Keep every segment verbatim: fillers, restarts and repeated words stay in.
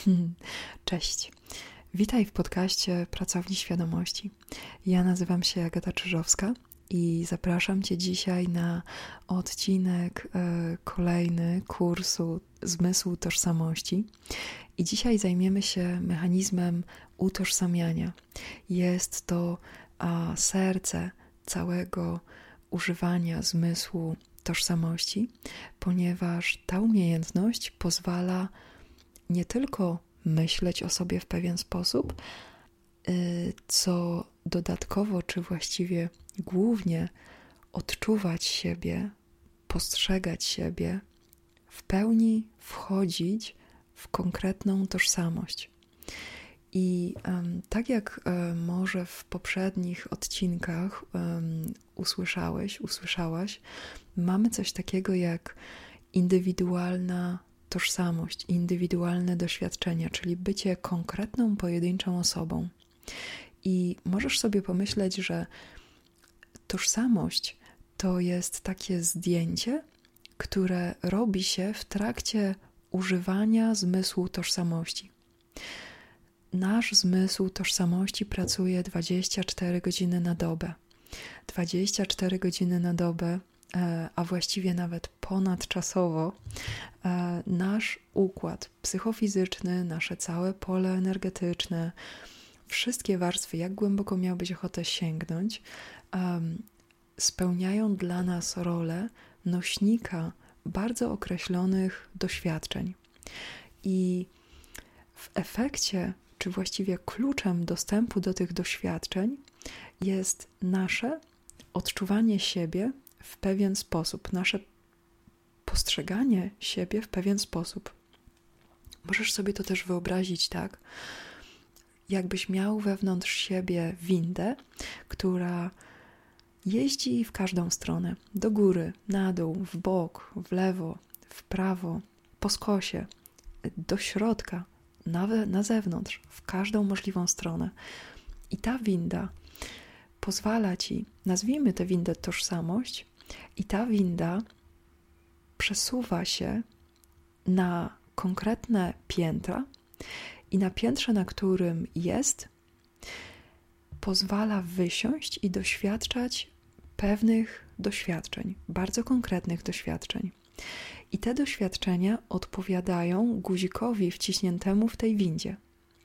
Cześć. Witaj w podcaście Pracowni Świadomości. Ja nazywam się Agata Czyżowska i zapraszam Cię dzisiaj na odcinek e, kolejny kursu Zmysł Tożsamości. I dzisiaj zajmiemy się mechanizmem utożsamiania. Jest to a, serce całego używania zmysłu tożsamości, ponieważ ta umiejętność pozwala nie tylko myśleć o sobie w pewien sposób, co dodatkowo, czy właściwie głównie odczuwać siebie, postrzegać siebie, w pełni wchodzić w konkretną tożsamość. I um, tak jak um, może w poprzednich odcinkach um, usłyszałeś, usłyszałaś, mamy coś takiego jak indywidualna tożsamość, indywidualne doświadczenia, czyli bycie konkretną, pojedynczą osobą. I możesz sobie pomyśleć, że tożsamość to jest takie zdjęcie, które robi się w trakcie używania zmysłu tożsamości. Nasz zmysł tożsamości pracuje dwadzieścia cztery godziny na dobę. dwadzieścia cztery godziny na dobę, a właściwie nawet ponadczasowo, nasz układ psychofizyczny, nasze całe pole energetyczne, wszystkie warstwy, jak głęboko miałbyś ochotę sięgnąć, spełniają dla nas rolę nośnika bardzo określonych doświadczeń. I w efekcie, czy właściwie kluczem dostępu do tych doświadczeń jest nasze odczuwanie siebie w pewien sposób, nasze postrzeganie siebie w pewien sposób. Możesz sobie to też wyobrazić tak, jakbyś miał wewnątrz siebie windę, która jeździ w każdą stronę, do góry, na dół, w bok, w lewo, w prawo, po skosie, do środka, nawet na zewnątrz, w każdą możliwą stronę. I ta winda pozwala Ci, nazwijmy tę windę tożsamość, i ta winda przesuwa się na konkretne piętra i na piętrze, na którym jest, pozwala wysiąść i doświadczać pewnych doświadczeń, bardzo konkretnych doświadczeń. I te doświadczenia odpowiadają guzikowi wciśniętemu w tej windzie.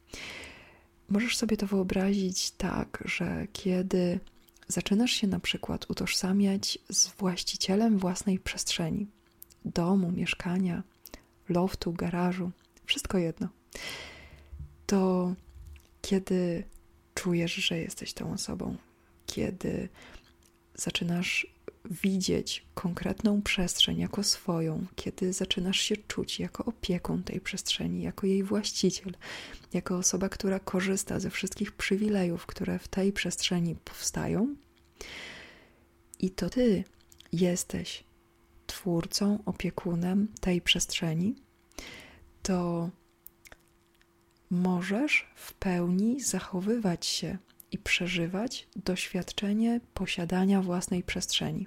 Możesz sobie to wyobrazić tak, że kiedy zaczynasz się na przykład utożsamiać z właścicielem własnej przestrzeni, domu, mieszkania, loftu, garażu, wszystko jedno, to kiedy czujesz, że jesteś tą osobą, kiedy zaczynasz widzieć konkretną przestrzeń jako swoją, kiedy zaczynasz się czuć jako opiekun tej przestrzeni, jako jej właściciel, jako osoba, która korzysta ze wszystkich przywilejów, które w tej przestrzeni powstają, i to ty jesteś twórcą, opiekunem tej przestrzeni, to możesz w pełni zachowywać się i przeżywać doświadczenie posiadania własnej przestrzeni.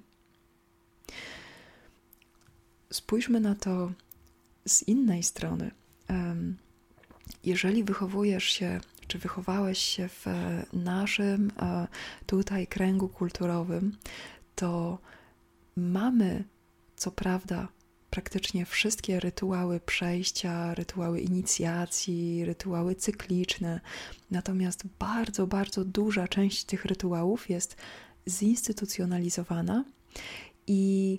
Spójrzmy na to z innej strony. Jeżeli wychowujesz się, czy wychowałeś się w naszym tutaj kręgu kulturowym, to mamy, co prawda, praktycznie wszystkie rytuały przejścia, rytuały inicjacji, rytuały cykliczne. Natomiast bardzo, bardzo duża część tych rytuałów jest zinstytucjonalizowana i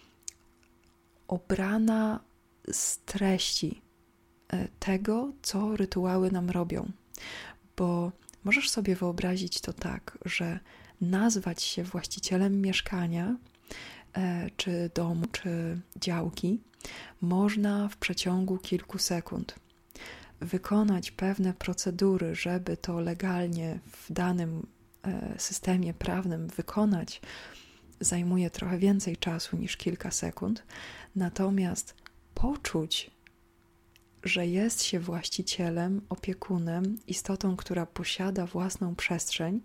obrana z treści tego, co rytuały nam robią. Bo możesz sobie wyobrazić to tak, że nazwać się właścicielem mieszkania, czy domu, czy działki można w przeciągu kilku sekund. Wykonać pewne procedury, żeby to legalnie w danym systemie prawnym wykonać, zajmuje trochę więcej czasu niż kilka sekund. Natomiast poczuć, że jest się właścicielem, opiekunem, istotą, która posiada własną przestrzeń,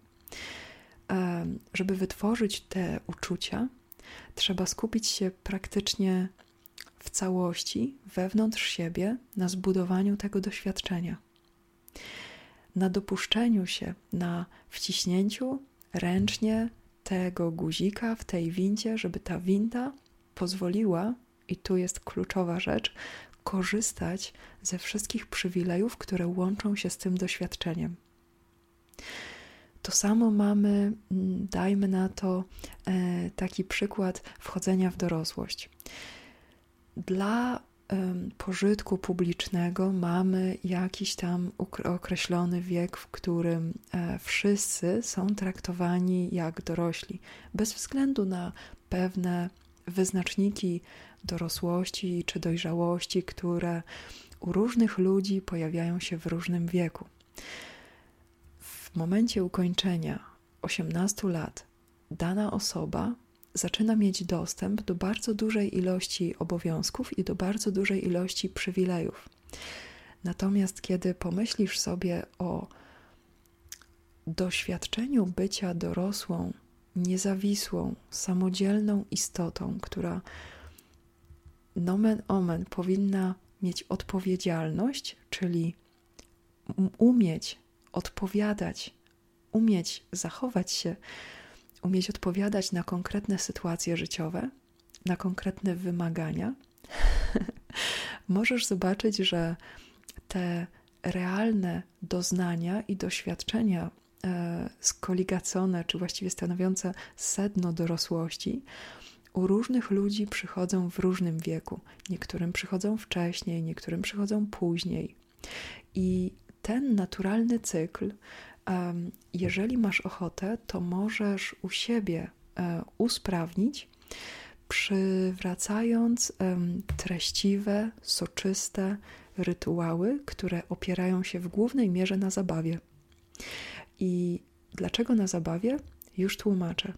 żeby wytworzyć te uczucia, trzeba skupić się praktycznie w całości, wewnątrz siebie, na zbudowaniu tego doświadczenia. Na dopuszczeniu się, na wciśnięciu ręcznie tego guzika w tej windzie, żeby ta winda pozwoliła, i tu jest kluczowa rzecz, korzystać ze wszystkich przywilejów, które łączą się z tym doświadczeniem. To samo mamy, dajmy na to taki przykład wchodzenia w dorosłość. Dla pożytku publicznego mamy jakiś tam określony wiek, w którym wszyscy są traktowani jak dorośli, bez względu na pewne wyznaczniki dorosłości czy dojrzałości, które u różnych ludzi pojawiają się w różnym wieku. W momencie ukończenia osiemnastu lat dana osoba zaczyna mieć dostęp do bardzo dużej ilości obowiązków i do bardzo dużej ilości przywilejów. Natomiast kiedy pomyślisz sobie o doświadczeniu bycia dorosłą, niezawisłą, samodzielną istotą, która nomen omen powinna mieć odpowiedzialność, czyli umieć odpowiadać, umieć zachować się, umieć odpowiadać na konkretne sytuacje życiowe, na konkretne wymagania, możesz zobaczyć, że te realne doznania i doświadczenia e, skoligacone, czy właściwie stanowiące sedno dorosłości, u różnych ludzi przychodzą w różnym wieku. Niektórym przychodzą wcześniej, niektórym przychodzą później. I ten naturalny cykl, jeżeli masz ochotę, to możesz u siebie usprawnić, przywracając treściwe, soczyste rytuały, które opierają się w głównej mierze na zabawie. I dlaczego na zabawie? Już tłumaczę.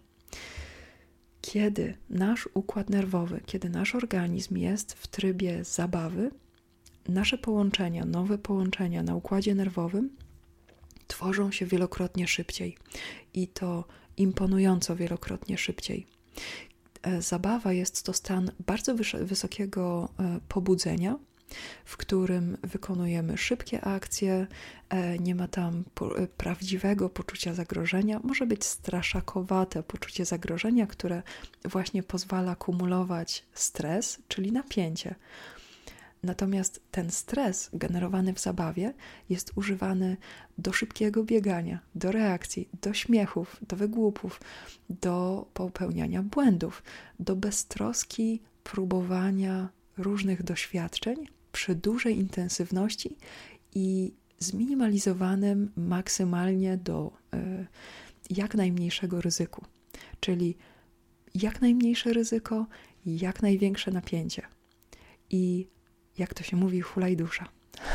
Kiedy nasz układ nerwowy, kiedy nasz organizm jest w trybie zabawy, nasze połączenia, nowe połączenia na układzie nerwowym tworzą się wielokrotnie szybciej i to imponująco wielokrotnie szybciej. Zabawa jest to stan bardzo wysokiego pobudzenia, w którym wykonujemy szybkie akcje, nie ma tam prawdziwego poczucia zagrożenia, może być straszakowate poczucie zagrożenia, które właśnie pozwala kumulować stres, czyli napięcie. Natomiast ten stres generowany w zabawie jest używany do szybkiego biegania, do reakcji, do śmiechów, do wygłupów, do popełniania błędów, do beztroski próbowania różnych doświadczeń przy dużej intensywności i zminimalizowanym maksymalnie do y, jak najmniejszego ryzyku. Czyli jak najmniejsze ryzyko, jak największe napięcie. I jak to się mówi, hulaj dusza.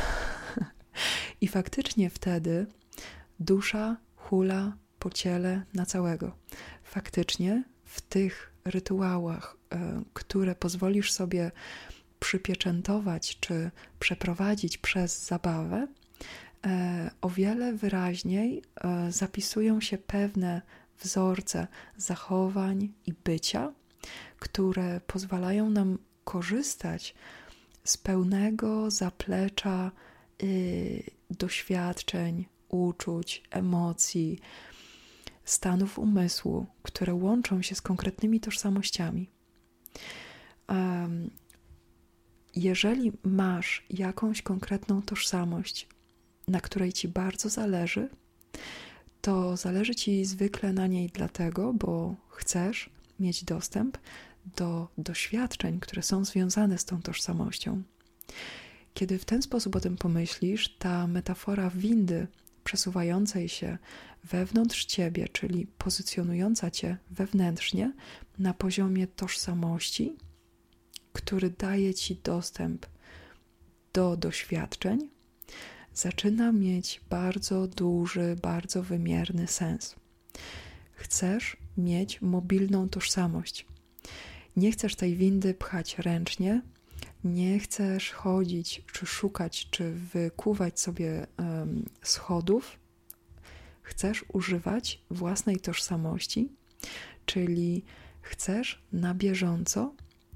I faktycznie wtedy dusza hula po ciele na całego. Faktycznie w tych rytuałach, które pozwolisz sobie przypieczętować czy przeprowadzić przez zabawę, o wiele wyraźniej zapisują się pewne wzorce zachowań i bycia, które pozwalają nam korzystać z pełnego zaplecza y, doświadczeń, uczuć, emocji, stanów umysłu, które łączą się z konkretnymi tożsamościami. Um, jeżeli masz jakąś konkretną tożsamość, na której ci bardzo zależy, to zależy ci zwykle na niej dlatego, bo chcesz mieć dostęp do doświadczeń, które są związane z tą tożsamością. Kiedy w ten sposób o tym pomyślisz, ta metafora windy przesuwającej się wewnątrz ciebie, czyli pozycjonująca cię wewnętrznie na poziomie tożsamości, który daje ci dostęp do doświadczeń, zaczyna mieć bardzo duży, bardzo wymierny sens. Chcesz mieć mobilną tożsamość. Nie chcesz tej windy pchać ręcznie, nie chcesz chodzić, czy szukać, czy wykuwać sobie um, schodów. Chcesz używać własnej tożsamości, czyli chcesz na bieżąco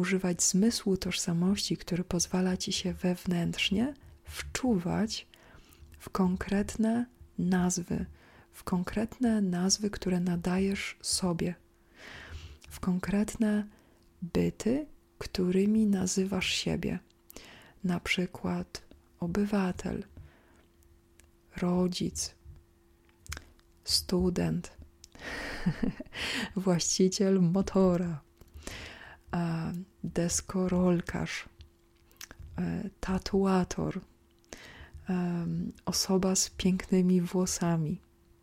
używać zmysłu tożsamości, który pozwala ci się wewnętrznie wczuwać w konkretne nazwy, w konkretne nazwy, które nadajesz sobie, w konkretne byty, którymi nazywasz siebie. Na przykład obywatel, rodzic, student, właściciel motora, deskorolkarz, tatuator, osoba z pięknymi włosami.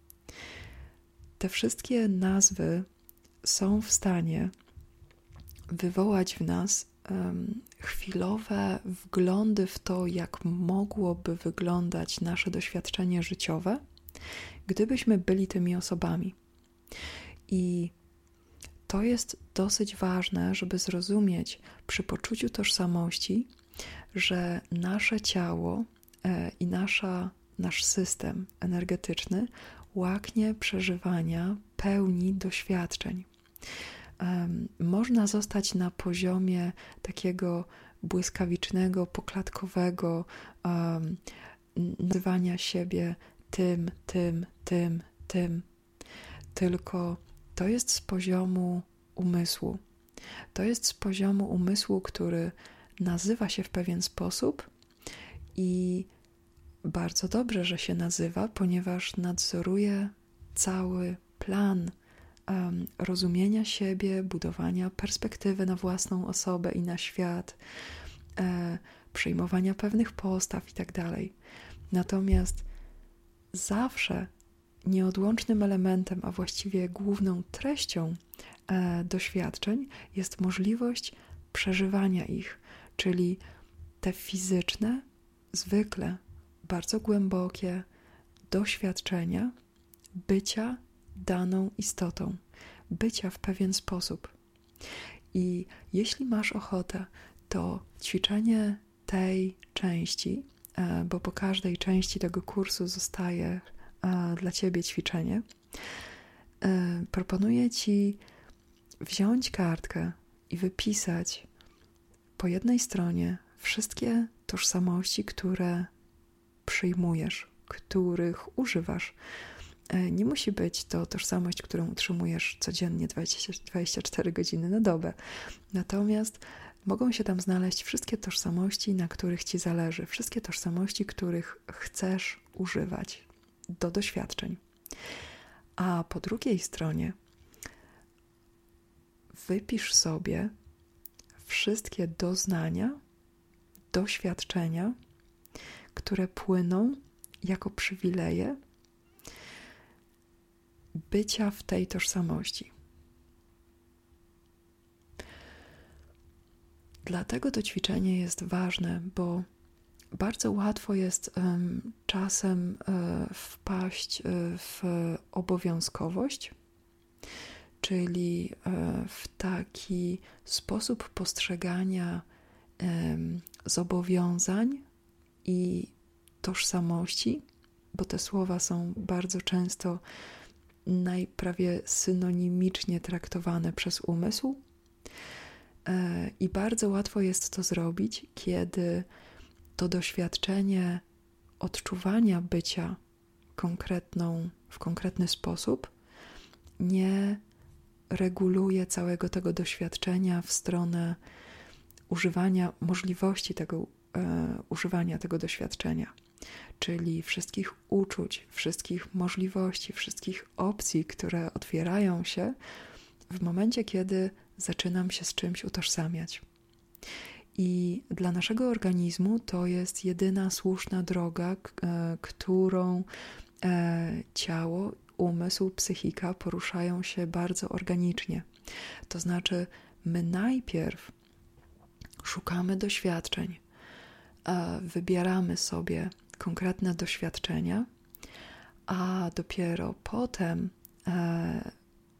Te wszystkie nazwy są w stanie wywołać w nas um, chwilowe wglądy w to, jak mogłoby wyglądać nasze doświadczenie życiowe, gdybyśmy byli tymi osobami. I to jest dosyć ważne, żeby zrozumieć przy poczuciu tożsamości, że nasze ciało e, i nasza, nasz system energetyczny łaknie przeżywania pełni doświadczeń. Um, można zostać na poziomie takiego błyskawicznego, poklatkowego um, nazywania siebie tym, tym, tym, tym. Tylko to jest z poziomu umysłu. To jest z poziomu umysłu, który nazywa się w pewien sposób i bardzo dobrze, że się nazywa, ponieważ nadzoruje cały plan um, rozumienia siebie, budowania perspektywy na własną osobę i na świat, e, przyjmowania pewnych postaw i tak dalej. Natomiast zawsze nieodłącznym elementem, a właściwie główną treścią e, doświadczeń jest możliwość przeżywania ich, czyli te fizyczne, zwykle bardzo głębokie doświadczenia bycia daną istotą, bycia w pewien sposób. I jeśli masz ochotę, to ćwiczenie tej części, e, bo po każdej części tego kursu zostaje a dla Ciebie ćwiczenie, e, proponuję Ci wziąć kartkę i wypisać po jednej stronie wszystkie tożsamości, które przyjmujesz, których używasz. E, nie musi być to tożsamość, którą utrzymujesz codziennie dwadzieścia cztery godziny na dobę. Natomiast mogą się tam znaleźć wszystkie tożsamości, na których Ci zależy, wszystkie tożsamości, których chcesz używać do doświadczeń. A po drugiej stronie wypisz sobie wszystkie doznania, doświadczenia, które płyną jako przywileje bycia w tej tożsamości. Dlatego to ćwiczenie jest ważne, bo bardzo łatwo jest um, czasem um, wpaść um, w obowiązkowość, czyli um, w taki sposób postrzegania um, zobowiązań i tożsamości, bo te słowa są bardzo często najprawie synonimicznie traktowane przez umysł um, i bardzo łatwo jest to zrobić, kiedy to doświadczenie odczuwania bycia konkretną, w konkretny sposób nie reguluje całego tego doświadczenia w stronę używania możliwości tego, e, używania tego doświadczenia, czyli wszystkich uczuć, wszystkich możliwości, wszystkich opcji, które otwierają się w momencie, kiedy zaczynam się z czymś utożsamiać. I dla naszego organizmu to jest jedyna słuszna droga, k- którą e, ciało, umysł, psychika poruszają się bardzo organicznie. To znaczy, my najpierw szukamy doświadczeń, e, wybieramy sobie konkretne doświadczenia, a dopiero potem e,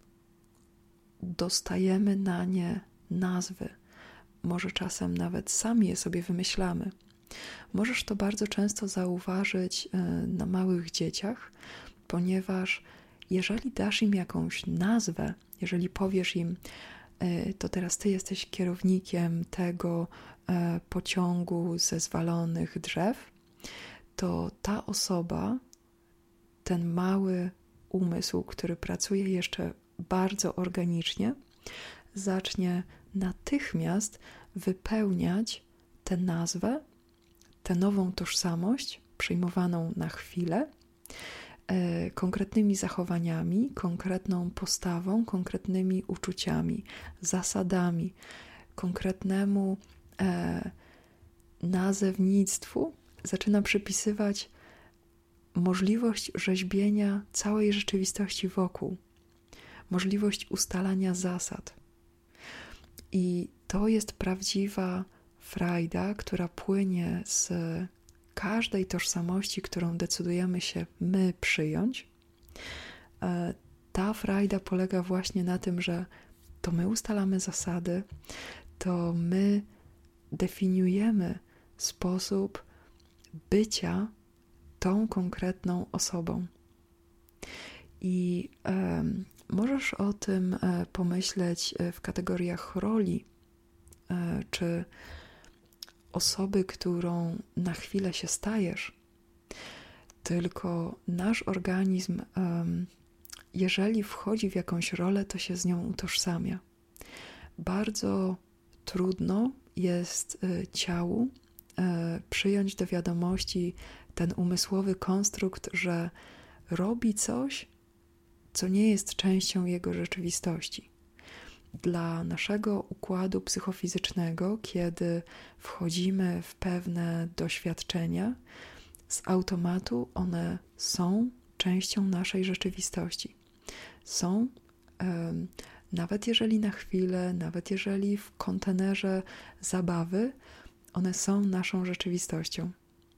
dostajemy na nie nazwy. Może czasem nawet sami je sobie wymyślamy. Możesz to bardzo często zauważyć na małych dzieciach, ponieważ jeżeli dasz im jakąś nazwę, jeżeli powiesz im to teraz ty jesteś kierownikiem tego pociągu ze zwalonych drzew, to ta osoba, ten mały umysł, który pracuje jeszcze bardzo organicznie, zacznie natychmiast wypełniać tę nazwę, tę nową tożsamość przyjmowaną na chwilę, e, konkretnymi zachowaniami, konkretną postawą, konkretnymi uczuciami, zasadami, konkretnemu e, nazewnictwu, zaczyna przypisywać możliwość rzeźbienia całej rzeczywistości wokół, możliwość ustalania zasad. I to jest prawdziwa frajda, która płynie z każdej tożsamości, którą decydujemy się my przyjąć. Ta frajda polega właśnie na tym, że to my ustalamy zasady, to my definiujemy sposób bycia tą konkretną osobą. I e, możesz o tym e, pomyśleć w kategoriach roli, e, czy osoby, którą na chwilę się stajesz. Tylko nasz organizm, e, jeżeli wchodzi w jakąś rolę, to się z nią utożsamia. Bardzo trudno jest e, ciału e, przyjąć do wiadomości ten umysłowy konstrukt, że robi coś, co nie jest częścią jego rzeczywistości. Dla naszego układu psychofizycznego, kiedy wchodzimy w pewne doświadczenia, z automatu one są częścią naszej rzeczywistości. Są, um, nawet jeżeli na chwilę, nawet jeżeli w kontenerze zabawy, one są naszą rzeczywistością.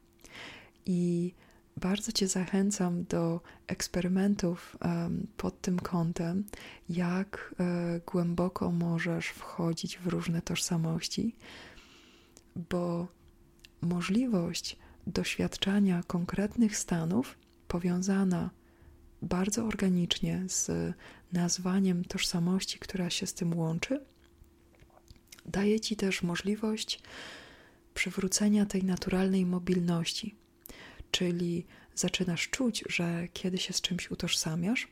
I bardzo Cię zachęcam do eksperymentów um, pod tym kątem, jak e, głęboko możesz wchodzić w różne tożsamości, bo możliwość doświadczania konkretnych stanów powiązana bardzo organicznie z nazwaniem tożsamości, która się z tym łączy, daje Ci też możliwość przywrócenia tej naturalnej mobilności. Czyli zaczynasz czuć, że kiedy się z czymś utożsamiasz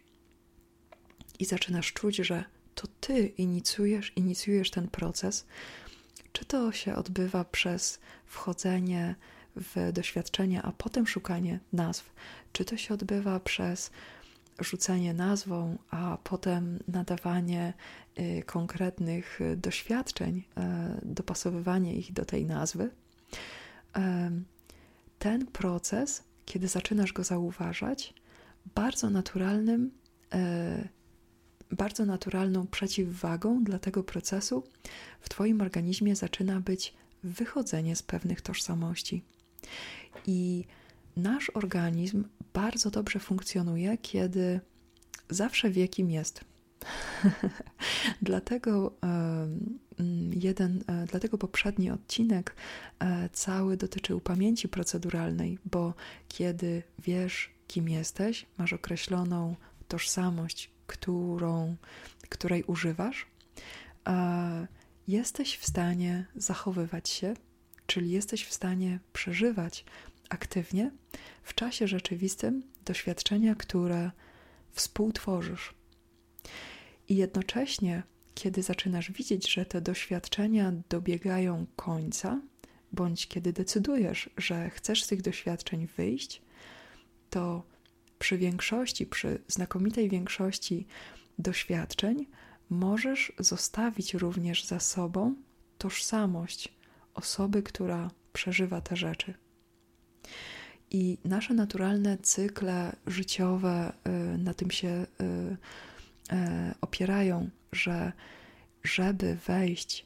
i zaczynasz czuć, że to ty inicjujesz, inicjujesz ten proces, czy to się odbywa przez wchodzenie w doświadczenia, a potem szukanie nazw, czy to się odbywa przez rzucenie nazwą, a potem nadawanie y, konkretnych doświadczeń, y, dopasowywanie ich do tej nazwy. Y, Ten proces, kiedy zaczynasz go zauważać, bardzo naturalnym, e, bardzo naturalną przeciwwagą dla tego procesu w Twoim organizmie zaczyna być wychodzenie z pewnych tożsamości. I nasz organizm bardzo dobrze funkcjonuje, kiedy zawsze wie, kim jest. Dlatego jeden, dlatego poprzedni odcinek cały dotyczył pamięci proceduralnej, bo kiedy wiesz, kim jesteś, masz określoną tożsamość, którą, której używasz, jesteś w stanie zachowywać się, czyli jesteś w stanie przeżywać aktywnie w czasie rzeczywistym doświadczenia, które współtworzysz. I jednocześnie, kiedy zaczynasz widzieć, że te doświadczenia dobiegają końca, bądź kiedy decydujesz, że chcesz z tych doświadczeń wyjść, to przy większości, przy znakomitej większości doświadczeń możesz zostawić również za sobą tożsamość osoby, która przeżywa te rzeczy. I nasze naturalne cykle życiowe na tym się opierają, że żeby wejść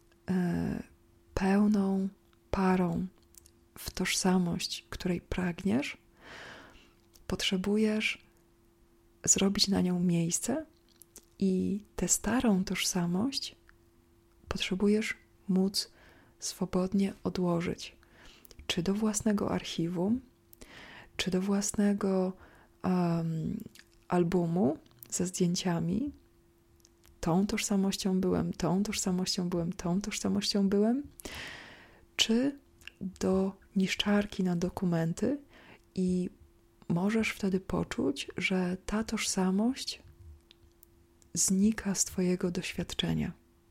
pełną parą w tożsamość, której pragniesz, potrzebujesz zrobić na nią miejsce i tę starą tożsamość potrzebujesz móc swobodnie odłożyć. Czy do własnego archiwum, czy do własnego um, albumu ze zdjęciami, tą tożsamością byłem, tą tożsamością byłem, tą tożsamością byłem, czy do niszczarki na dokumenty i możesz wtedy poczuć, że ta tożsamość znika z twojego doświadczenia.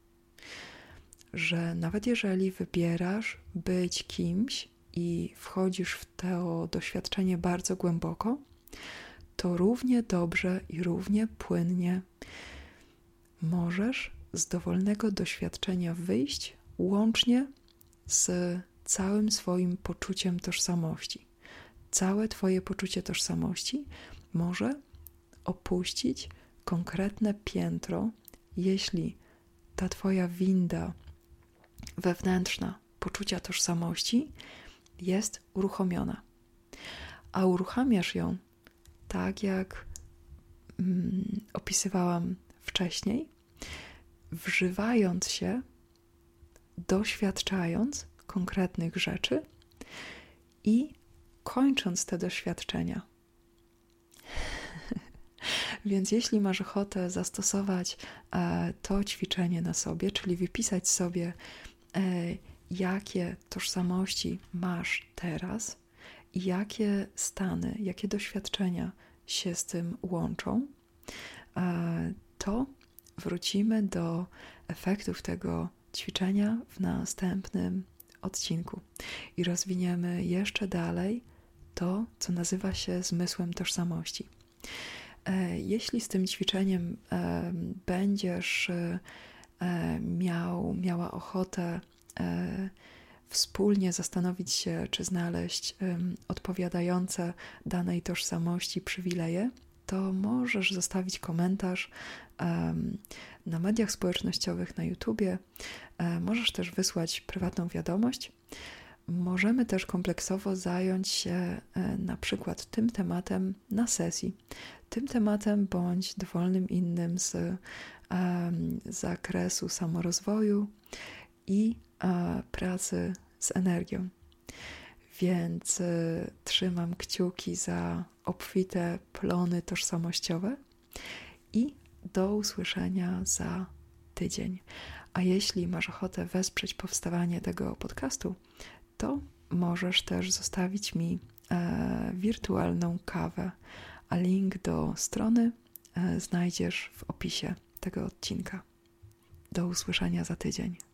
Że nawet jeżeli wybierasz być kimś i wchodzisz w to doświadczenie bardzo głęboko, to równie dobrze i równie płynnie możesz z dowolnego doświadczenia wyjść łącznie z całym swoim poczuciem tożsamości. Całe twoje poczucie tożsamości może opuścić konkretne piętro, jeśli ta twoja winda wewnętrzna poczucia tożsamości jest uruchomiona. A uruchamiasz ją tak, jak mm, opisywałam wcześniej, wżywając się, doświadczając konkretnych rzeczy i kończąc te doświadczenia. Więc jeśli masz ochotę zastosować e, to ćwiczenie na sobie, czyli wypisać sobie, e, jakie tożsamości masz teraz i jakie stany, jakie doświadczenia się z tym łączą, e, to wrócimy do efektów tego ćwiczenia w następnym odcinku i rozwiniemy jeszcze dalej to, co nazywa się zmysłem tożsamości. Jeśli z tym ćwiczeniem e, będziesz e, miał, miała ochotę e, wspólnie zastanowić się, czy znaleźć e, odpowiadające danej tożsamości przywileje, to możesz zostawić komentarz e, na mediach społecznościowych, na YouTubie. E, możesz też wysłać prywatną wiadomość. Możemy też kompleksowo zająć się e, na przykład tym tematem na sesji. Tym tematem bądź dowolnym innym z e, zakresu samorozwoju i e, pracy z energią. Więc e, trzymam kciuki za obfite plony tożsamościowe i do usłyszenia za tydzień. A jeśli masz ochotę wesprzeć powstawanie tego podcastu, to możesz też zostawić mi e, wirtualną kawę, a link do strony e, znajdziesz w opisie tego odcinka. Do usłyszenia za tydzień.